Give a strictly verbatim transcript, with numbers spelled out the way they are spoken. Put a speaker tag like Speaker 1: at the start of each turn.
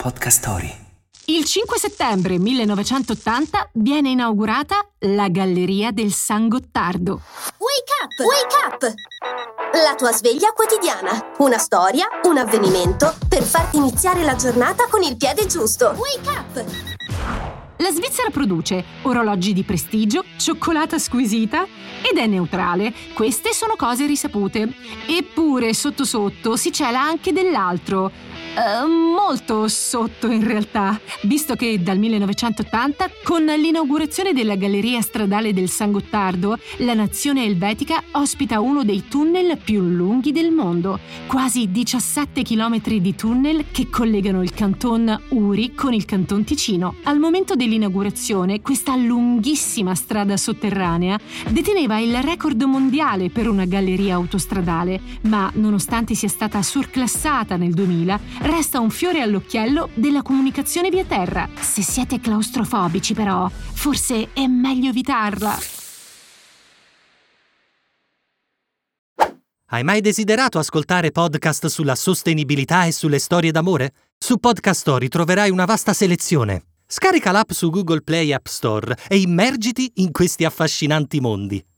Speaker 1: Podcast Story.
Speaker 2: Il cinque settembre millenovecentottanta viene inaugurata la Galleria del San Gottardo.
Speaker 3: Wake up! Wake up! La tua sveglia quotidiana. Una storia, un avvenimento per farti iniziare la giornata con il piede giusto. Wake up!
Speaker 2: La Svizzera produce orologi di prestigio, cioccolata squisita ed è neutrale. Queste sono cose risapute. Eppure, sotto sotto, si cela anche dell'altro. Uh, molto sotto in realtà, visto che dal millenovecentottanta, con l'inaugurazione della Galleria Stradale del San Gottardo, la nazione elvetica ospita uno dei tunnel più lunghi del mondo, quasi diciassette chilometri di tunnel che collegano il canton Uri con il canton Ticino. Al momento dell'inaugurazione, questa lunghissima strada sotterranea deteneva il record mondiale per una galleria autostradale, ma nonostante sia stata surclassata nel duemila, resta un fiore all'occhiello della comunicazione via terra. Se siete claustrofobici, però, forse è meglio evitarla.
Speaker 4: Hai mai desiderato ascoltare podcast sulla sostenibilità e sulle storie d'amore? Su Podcast Story troverai una vasta selezione. Scarica l'app su Google Play App Store e immergiti in questi affascinanti mondi.